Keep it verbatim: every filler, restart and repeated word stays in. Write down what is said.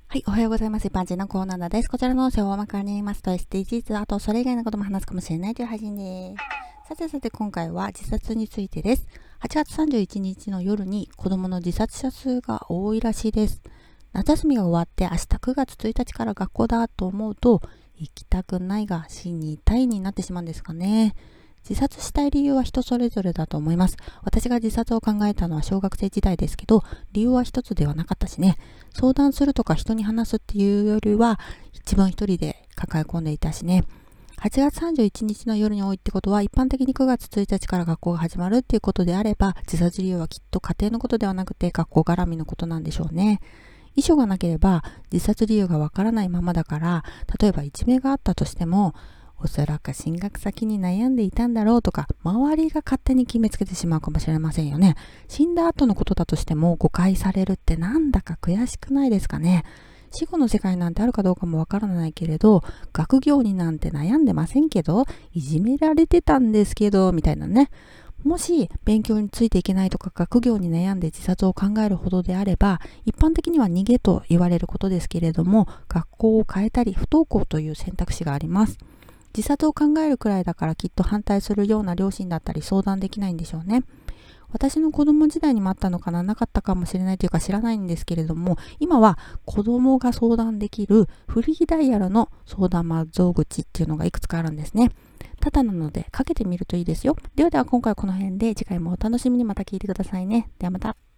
はい、おはようございます。一般人のコーナーです。こちらの音声を大まかに言いますと エスディージーズ、あとそれ以外のことも話すかもしれないという配信です。さてさて今回は自殺についてです。はちがつさんじゅういちにちの夜に子供の自殺者数が多いらしいです。夏休みが終わって明日くがつついたちから学校だと思うと、行きたくないが死にたいになってしまうんですかね。自殺したい理由は人それぞれだと思います。私が自殺を考えたのは小学生時代ですけど、理由は一つではなかったしね。相談するとか人に話すっていうよりは、自分一人で抱え込んでいたしね。はちがつさんじゅういちにちの夜に多いってことは、一般的にくがつついたちから学校が始まるっていうことであれば、自殺理由はきっと家庭のことではなくて学校絡みのことなんでしょうね。遺書がなければ自殺理由がわからないままだから、例えば一命があったとしても、おそらく進学先に悩んでいたんだろうとか、周りが勝手に決めつけてしまうかもしれませんよね。死んだ後のことだとしても誤解されるってなんだか悔しくないですかね。死後の世界なんてあるかどうかもわからないけれど、学業になんて悩んでませんけど、いじめられてたんですけど、みたいなね。もし勉強についていけないとか学業に悩んで自殺を考えるほどであれば、一般的には逃げと言われることですけれども、学校を変えたり不登校という選択肢があります。自殺を考えるくらいだからきっと反対するような両親だったり相談できないんでしょうね。私の子供時代にもあったのかな、なかったかもしれないというか知らないんですけれども、今は子供が相談できるフリーダイヤルの相談窓口っていうのがいくつかあるんですね。ただなのでかけてみるといいですよ。ではでは今回はこの辺で、次回もお楽しみにまた聞いてくださいね。ではまた。